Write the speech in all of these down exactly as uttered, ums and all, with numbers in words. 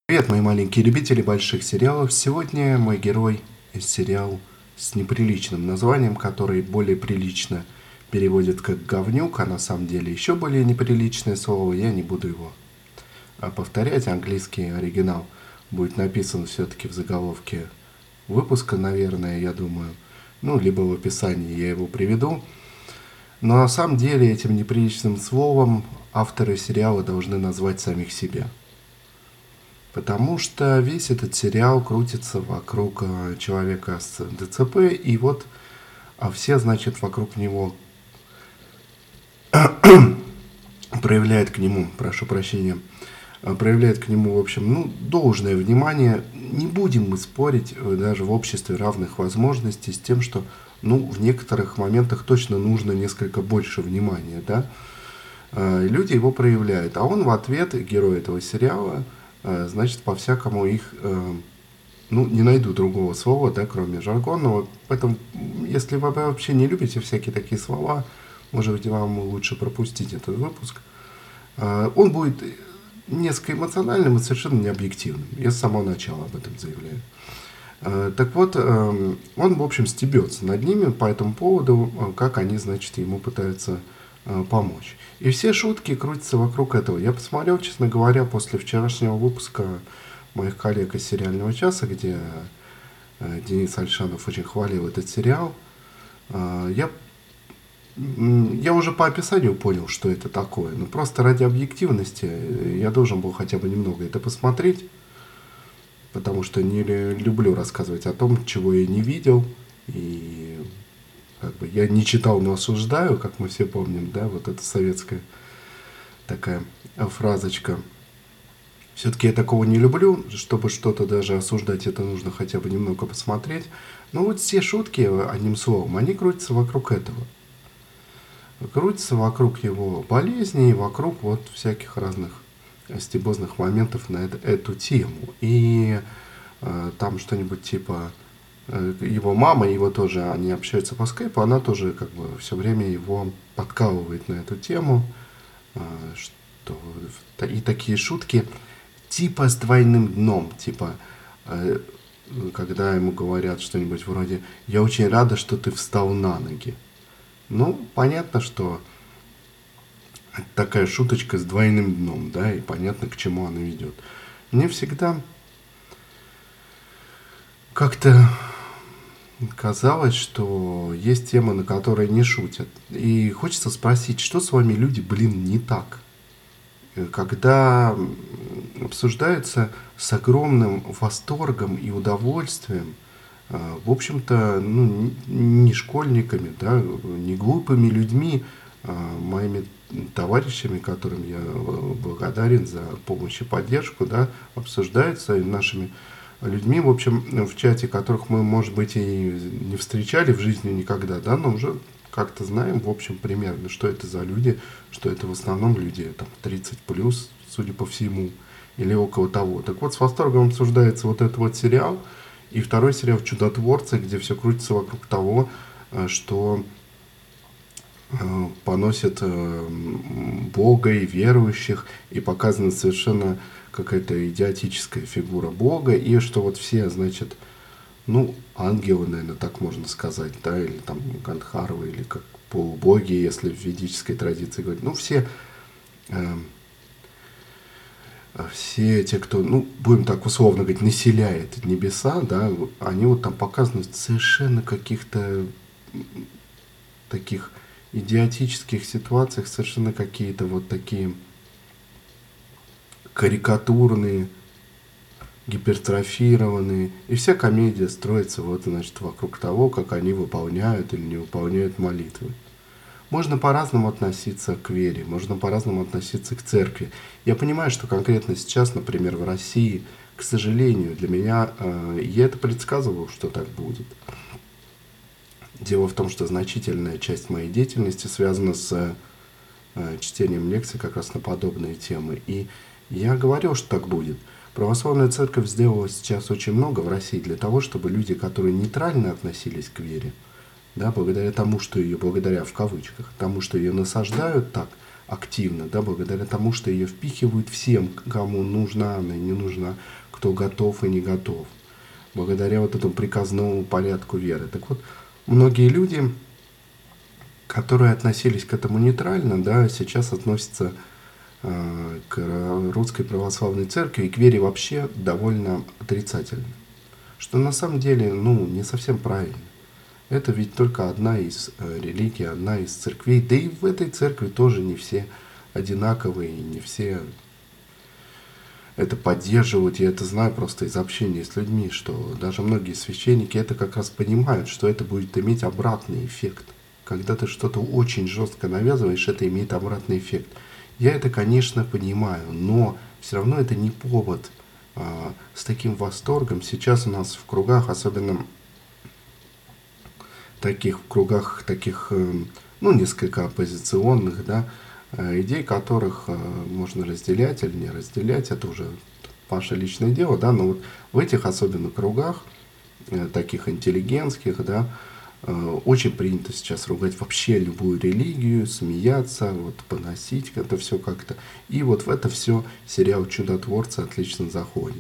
Привет, мои маленькие любители больших сериалов. Сегодня мой герой из сериала с неприличным названием, который более прилично переводит как говнюк, а на самом деле еще более неприличное слово. Я не буду его а, повторять. Английский оригинал будет написан все-таки в заголовке выпуска, наверное, я думаю. Ну, либо в описании я его приведу. Но на самом деле этим неприличным словом авторы сериала должны назвать самих себя. Потому что весь этот сериал крутится вокруг э, человека с ДЦП, и вот а все, значит, вокруг него проявляют к нему, прошу прощения, э, проявляют к нему, в общем, ну, должное внимание. Не будем мы спорить э, даже в обществе равных возможностей с тем, что, ну, в некоторых моментах точно нужно несколько больше внимания, да. Э, люди его проявляют, а он в ответ, герой этого сериала, значит, по-всякому их, э, ну, не найду другого слова, да, кроме жаргонного. Поэтому, если вы вообще не любите всякие такие слова, может быть, вам лучше пропустить этот выпуск. Э, он будет несколько эмоциональным и совершенно необъективным. Я с самого начала об этом заявляю. Э, так вот, э, он, в общем, стебется над ними по этому поводу, как они, значит, ему пытаются помочь. И все шутки крутятся вокруг этого. Я посмотрел, честно говоря, после вчерашнего выпуска моих коллег из «Сериального часа», где Денис Альшанов очень хвалил этот сериал. Я, я уже по описанию понял, что это такое. Но просто ради объективности я должен был хотя бы немного это посмотреть, потому что не люблю рассказывать о том, чего я не видел. И как бы я не читал, но осуждаю, как мы все помним, да, вот эта советская такая фразочка. Все-таки я такого не люблю, чтобы что-то даже осуждать, это нужно хотя бы немного посмотреть. Но вот все шутки, одним словом, они крутятся вокруг этого. Крутятся вокруг его болезней, вокруг вот всяких разных стебозных моментов на это, эту тему. И э, там что-нибудь типа... Его мама, его тоже, они общаются по скайпу, она тоже как бы все время его подкалывает на эту тему, что и такие шутки типа с двойным дном, типа когда ему говорят что-нибудь вроде «я очень рада, что ты встал на ноги». Ну, понятно, что это такая шуточка с двойным дном, да, и понятно, к чему она ведет. Мне всегда как-то казалось, что есть темы, на которые не шутят. И хочется спросить, что с вами, люди, блин, не так? Когда обсуждаются с огромным восторгом и удовольствием, в общем-то, ну, не школьниками, да, не глупыми людьми, а моими товарищами, которым я благодарен за помощь и поддержку, да, обсуждаются нашими людьми, в общем, в чате, которых мы, может быть, и не встречали в жизни никогда, да, но уже как-то знаем, в общем, примерно, что это за люди, что это в основном люди там тридцать плюс, судя по всему, или около того. Так вот, с восторгом обсуждается вот этот вот сериал, и второй сериал «Чудотворцы», где все крутится вокруг того, что поносят Бога и верующих, и показана совершенно какая-то идиотическая фигура Бога, и что вот все, значит, ну, ангелы, наверное, так можно сказать, да, или там Гандхарвы, или как полубоги, если в ведической традиции говорить, ну, все, э, все те, кто, ну, будем так условно говорить, населяет небеса, да, они вот там показаны в совершенно каких-то таких идиотических ситуациях, совершенно какие-то вот такие карикатурные, гипертрофированные. И вся комедия строится вот, значит, вокруг того, как они выполняют или не выполняют молитвы. Можно по-разному относиться к вере, можно по-разному относиться к церкви. Я понимаю, что конкретно сейчас, например, в России, к сожалению, для меня, э, я это предсказывал, что так будет. Дело в том, что значительная часть моей деятельности связана с э, чтением лекций как раз на подобные темы. И я говорил, что так будет. Православная церковь сделала сейчас очень много в России для того, чтобы люди, которые нейтрально относились к вере, да, благодаря тому, что ее, благодаря в кавычках, тому, что ее насаждают так, активно, да, благодаря тому, что ее впихивают всем, кому нужна она и не нужна, кто готов и не готов, благодаря вот этому приказному порядку веры. Так вот, многие люди, которые относились к этому нейтрально, да, сейчас относятся э, к русской православной церкви и к вере вообще довольно отрицательно. Что на самом деле, ну, не совсем правильно. Это ведь только одна из э, религий, одна из церквей. Да и в этой церкви тоже не все одинаковые, не все это поддерживают. Я это знаю просто из общения с людьми, что даже многие священники это как раз понимают, что это будет иметь обратный эффект. Когда ты что-то очень жестко навязываешь, это имеет обратный эффект. Я это, конечно, понимаю, но все равно это не повод а, с таким восторгом. Сейчас у нас в кругах, особенно таких в кругах таких, ну, несколько оппозиционных, да, идей которых можно разделять или не разделять, это уже ваше личное дело, да, но вот в этих особенно кругах, таких интеллигентских, да, очень принято сейчас ругать вообще любую религию, смеяться, вот, поносить это все как-то. И вот в это все сериал «Чудотворцы» отлично заходит.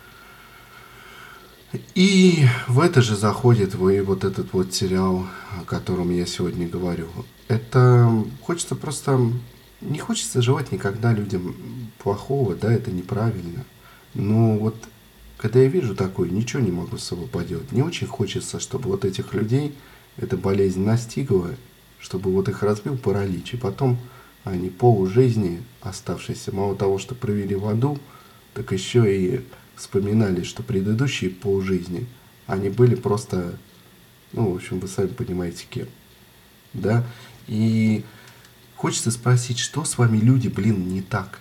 И в это же заходит и вот этот вот сериал, о котором я сегодня говорю. Это хочется просто... Не хочется желать никогда людям плохого, да, это неправильно. Но вот когда я вижу такое, ничего не могу с собой поделать. Не очень хочется, чтобы вот этих людей эта болезнь настигла, чтобы вот их разбил паралич. И потом они полжизни, оставшиеся, мало того, что провели в аду, так еще и вспоминали, что предыдущие полжизни, они были просто, ну, в общем, вы сами понимаете, кем. Да? И хочется спросить, что с вами, люди, блин, не так?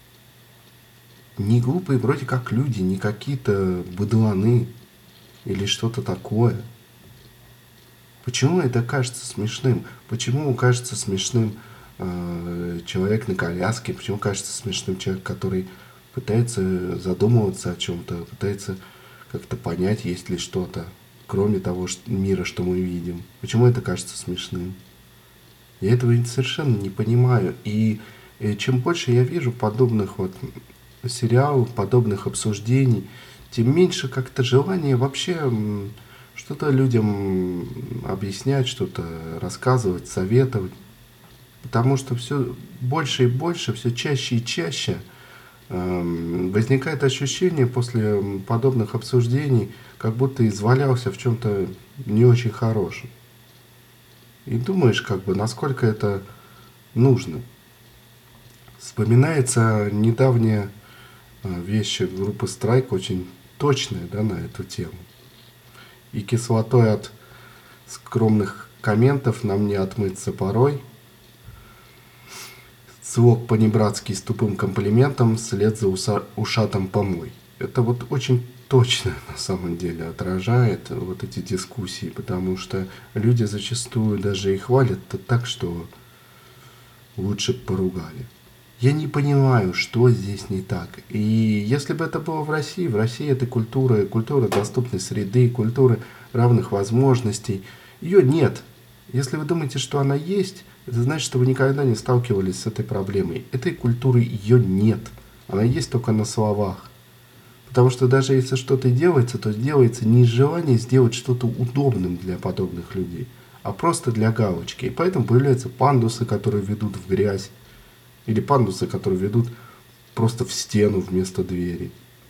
Не глупые вроде как люди, не какие-то быдланы или что-то такое. Почему это кажется смешным? Почему кажется смешным э, человек на коляске? Почему кажется смешным человек, который пытается задумываться о чем-то, пытается как-то понять, есть ли что-то, кроме того мира, что мы видим? Почему это кажется смешным? Я этого совершенно не понимаю. И чем больше я вижу подобных вот сериалов, подобных обсуждений, тем меньше как-то желания вообще что-то людям объяснять, что-то рассказывать, советовать. Потому что все больше и больше, все чаще и чаще э, возникает ощущение после подобных обсуждений, как будто извалялся в чем-то не очень хорошем. И думаешь, как бы, насколько это нужно. Вспоминается недавняя вещь группы Страйк, очень точная, да, на эту тему. И кислотой от скромных комментов нам не отмыться порой. Слог по-небратски с тупым комплиментом, след за уса- ушатом помой. Это вот очень точно на самом деле отражает вот эти дискуссии, потому что люди зачастую даже и хвалят-то так, что лучше поругали. Я не понимаю, что здесь не так. И если бы это было в России, в России это культура, культура доступной среды, культура равных возможностей. Ее нет. Если вы думаете, что она есть, это значит, что вы никогда не сталкивались с этой проблемой. Этой культуры ее нет. Она есть только на словах. Потому что даже если что-то делается, то делается не из желания сделать что-то удобным для подобных людей, а просто для галочки. И поэтому появляются пандусы, которые ведут в грязь, или пандусы, которые ведут просто в стену вместо двери.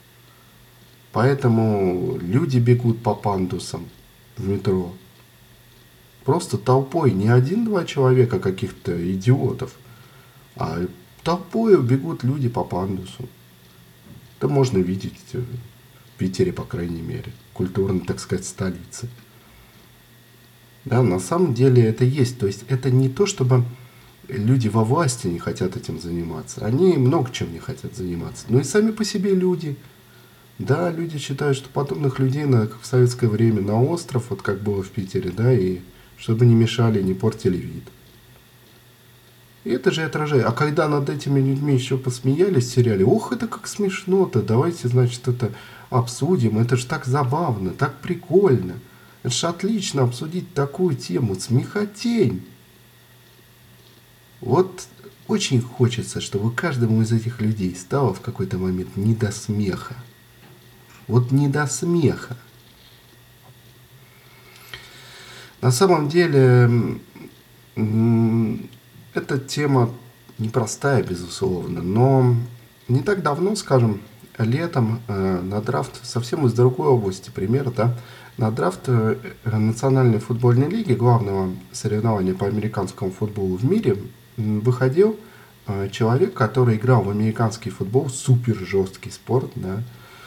Поэтому люди бегут по пандусам в метро. Просто толпой, не один-два человека каких-то идиотов, а толпой бегут люди по пандусу. Это можно видеть в Питере, по крайней мере, культурной, так сказать, столице. Да, на самом деле это есть. То есть это не то, чтобы люди во власти не хотят этим заниматься. Они много чем не хотят заниматься. Но и сами по себе люди. Да, люди считают, что подобных людей, на, как в советское время, на остров, вот как было в Питере, да, и чтобы не мешали, не портили вид. И это же отражает. А когда над этими людьми еще посмеялись в сериале, ох, это как смешно-то, давайте, значит, это обсудим, это же так забавно, так прикольно. Это же отлично обсудить такую тему, смехотень. Вот очень хочется, чтобы каждому из этих людей стало в какой-то момент не до смеха. Вот не до смеха. На самом деле, эта тема непростая, безусловно, но не так давно, скажем, летом на драфт, совсем из другой области пример, да, на драфт Национальной футбольной лиги, главного соревнования по американскому футболу в мире, выходил человек, который играл в американский футбол, супер жесткий спорт, да,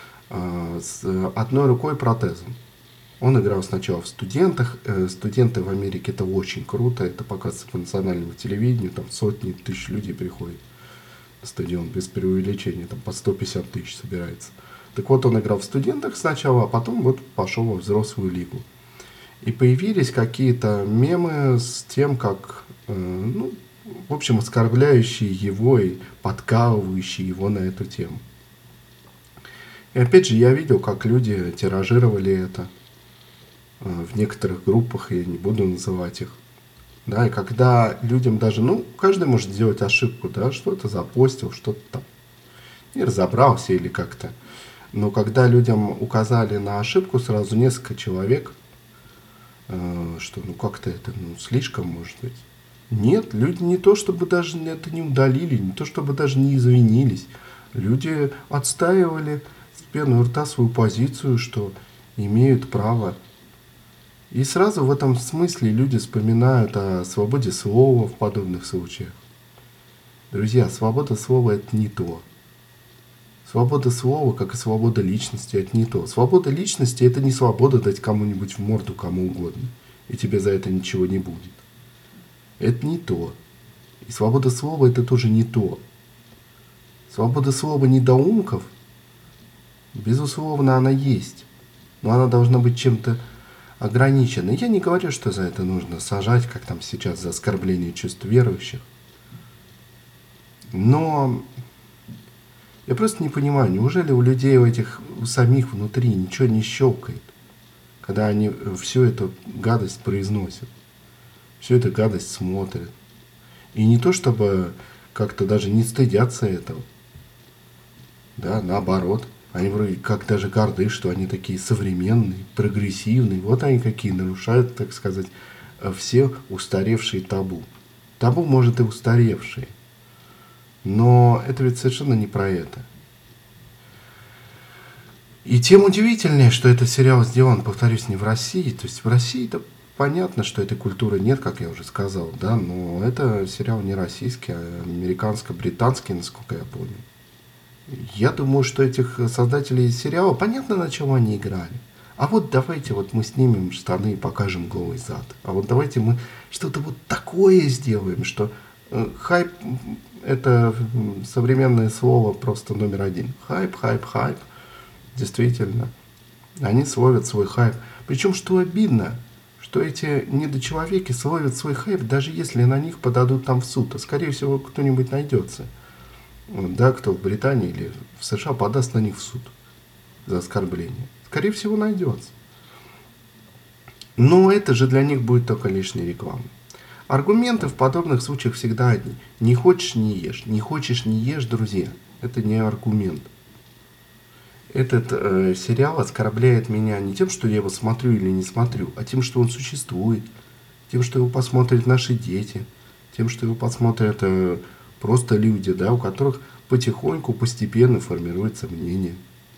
с одной рукой протезом. Он играл сначала в студентах. Студенты в Америке — это очень круто. Это показывается по национальному телевидению. Там сотни тысяч людей приходят на стадион без преувеличения. Там по сто пятьдесят тысяч собирается. Так вот, он играл в студентах сначала, а потом вот пошел во взрослую лигу. И появились какие-то мемы с тем, как, ну, в общем, оскорбляющие его и подкалывающие его на эту тему. И опять же, я видел, как люди тиражировали это в некоторых группах, я не буду называть их. Да, и когда людям даже, ну, каждый может сделать ошибку, да, что-то запостил, что-то там не разобрался или как-то. Но когда людям указали на ошибку сразу несколько человек, э, что ну как-то это ну, слишком может быть. Нет, люди не то чтобы даже это не удалили, не то чтобы даже не извинились. Люди отстаивали с пеной у рта свою позицию, что имеют право. И сразу в этом смысле люди вспоминают о свободе слова в подобных случаях. Друзья, свобода слова — это не то. Свобода слова, как и свобода личности, это не то. Свобода личности — это не свобода дать кому-нибудь в морду кому угодно, и тебе за это ничего не будет. Это не то. И свобода слова — это тоже не то. Свобода слова недоумков, безусловно, она есть. Но она должна быть чем-то ограничена. Я не говорю, что за это нужно сажать, как там сейчас за оскорбление чувств верующих. Но я просто не понимаю, неужели у людей у этих у самих внутри ничего не щелкает, когда они всю эту гадость произносят, всю эту гадость смотрят. И не то чтобы как-то даже не стыдятся этого. Да, наоборот. Они вроде как даже горды, что они такие современные, прогрессивные. Вот они какие нарушают, так сказать, все устаревшие табу. Табу, может, и устаревшие. Но это ведь совершенно не про это. И тем удивительнее, что этот сериал сделан, повторюсь, не в России. То есть в России-то понятно, что этой культуры нет, как я уже сказал, да, но это сериал не российский, а американско-британский, насколько я помню. Я думаю, что этих создателей сериала, понятно, на чем они играли. А вот давайте вот мы снимем штаны и покажем голый зад. А вот давайте мы что-то вот такое сделаем, что э, хайп — это современное слово просто номер один. Хайп, хайп, хайп. Действительно. Они словят свой хайп. Причем, что обидно, что эти недочеловеки словят свой хайп, даже если на них подадут там в суд. А скорее всего, кто-нибудь найдется. Да, кто в Британии или в США подаст на них в суд за оскорбление. Скорее всего, найдется. Но это же для них будет только лишней рекламой. Аргументы в подобных случаях всегда одни. Не хочешь — не ешь. Не хочешь — не ешь, друзья. Это не аргумент. Этот э, сериал оскорбляет меня не тем, что я его смотрю или не смотрю, а тем, что он существует. Тем, что его посмотрят наши дети. Тем, что его посмотрят э, просто люди, да, у которых потихоньку, постепенно формируется мнение.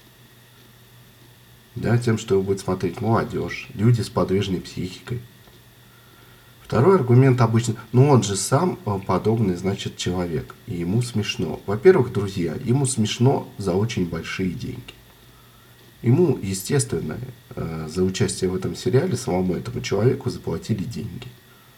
Да, тем, что его будет смотреть молодежь, люди с подвижной психикой. Второй аргумент обычно, ну он же сам подобный, значит, человек, и ему смешно. Во-первых, друзья, ему смешно за очень большие деньги. Ему, естественно, за участие в этом сериале самому этому человеку заплатили деньги.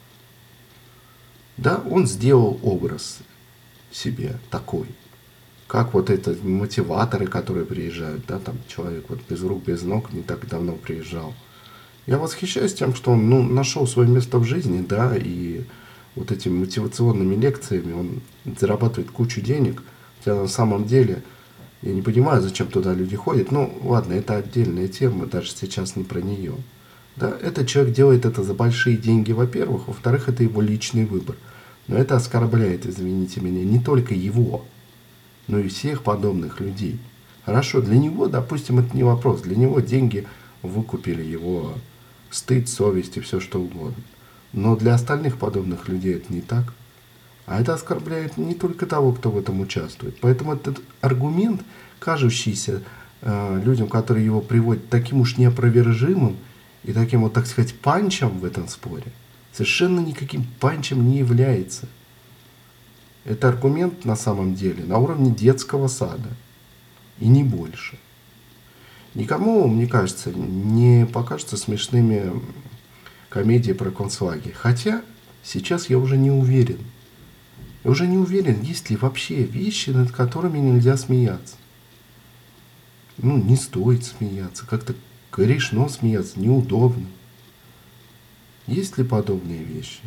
Да, он сделал образ себе такой, как вот эти мотиваторы, которые приезжают, да, там человек вот без рук, без ног не так давно приезжал. Я восхищаюсь тем, что он, ну, нашел свое место в жизни, да, и вот этими мотивационными лекциями он зарабатывает кучу денег, хотя на самом деле я не понимаю, зачем туда люди ходят. Ну, ладно, это отдельная тема, даже сейчас не про нее. Да, этот человек делает это за большие деньги, во-первых, во-вторых, это его личный выбор. Но это оскорбляет, извините меня, не только его, но и всех подобных людей. Хорошо, для него, допустим, это не вопрос. Для него деньги выкупили его стыд, совесть и все что угодно. Но для остальных подобных людей это не так. А это оскорбляет не только того, кто в этом участвует. Поэтому этот аргумент, кажущийся э, людям, которые его приводят, таким уж неопровержимым и таким вот, так сказать, панчем в этом споре, совершенно никаким панчем не является. Это аргумент на самом деле на уровне детского сада. И не больше. Никому, мне кажется, не покажется смешными комедии про концлагерь. Хотя сейчас я уже не уверен. Я уже не уверен, есть ли вообще вещи, над которыми нельзя смеяться. Ну, не стоит смеяться. Как-то грешно смеяться, неудобно. Есть ли подобные вещи?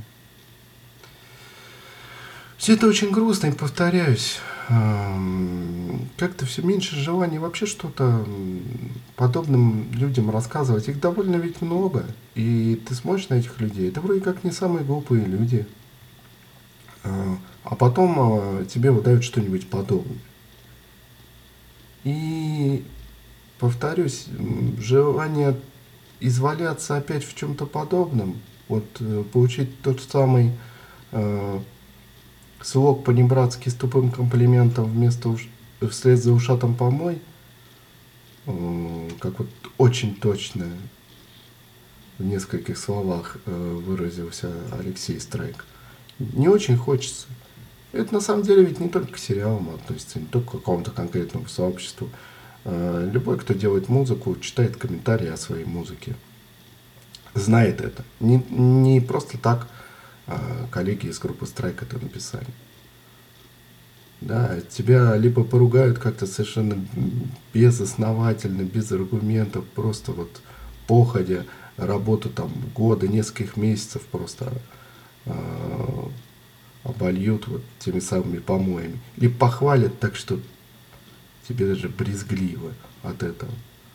Все это очень грустно, и повторяюсь, как-то все меньше желания вообще что-то подобным людям рассказывать. Их довольно ведь много, и ты смотришь на этих людей, это вроде как не самые глупые люди. А потом тебе выдают что-нибудь подобное. И, повторюсь, желание изваляться опять в чем-то подобном, вот получить тот самый слог по-небратски с тупым комплиментом вместо уш... вслед за ушатом помой, как вот очень точно в нескольких словах выразился Алексей Страйк, не очень хочется. Это на самом деле ведь не только к сериалам относится, не только к какому-то конкретному сообществу. Любой, кто делает музыку, читает комментарии о своей музыке, знает это. Не, не просто так коллеги из группы Страйк это написали. Да, тебя либо поругают как-то совершенно безосновательно, без аргументов, просто вот походя, работу там года, нескольких месяцев просто э, обольют вот теми самыми помоями. Либо похвалят так, что тебе даже брезгливо от этого.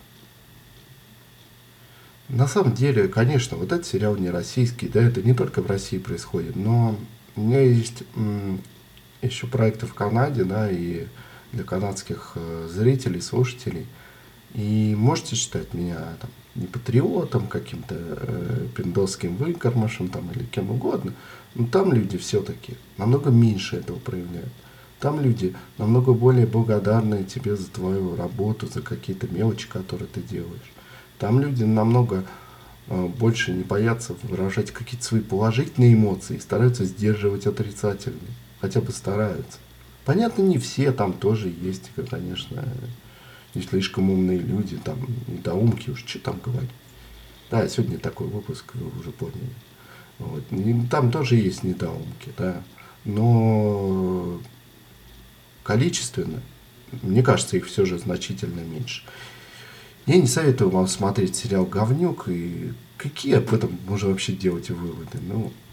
На самом деле, конечно, вот этот сериал не российский, да, это не только в России происходит, но у меня есть м, еще проекты в Канаде, да, и для канадских э, зрителей, слушателей. И можете считать меня там не патриотом, каким-то э, пиндосским выкормышем там или кем угодно, но там люди все-таки намного меньше этого проявляют. Там люди намного более благодарны тебе за твою работу, за какие-то мелочи, которые ты делаешь. Там люди намного э, больше не боятся выражать какие-то свои положительные эмоции и стараются сдерживать отрицательные. Хотя бы стараются. Понятно, не все, там тоже есть, конечно, не слишком умные люди, там недоумки, уж что там говорить. Да, сегодня такой выпуск, вы уже поняли. Вот. И там тоже есть недоумки, да. Но количественно, мне кажется, их все же значительно меньше. Я не советую вам смотреть сериал «Говнюк», и какие об этом можно вообще делать выводы? Ну,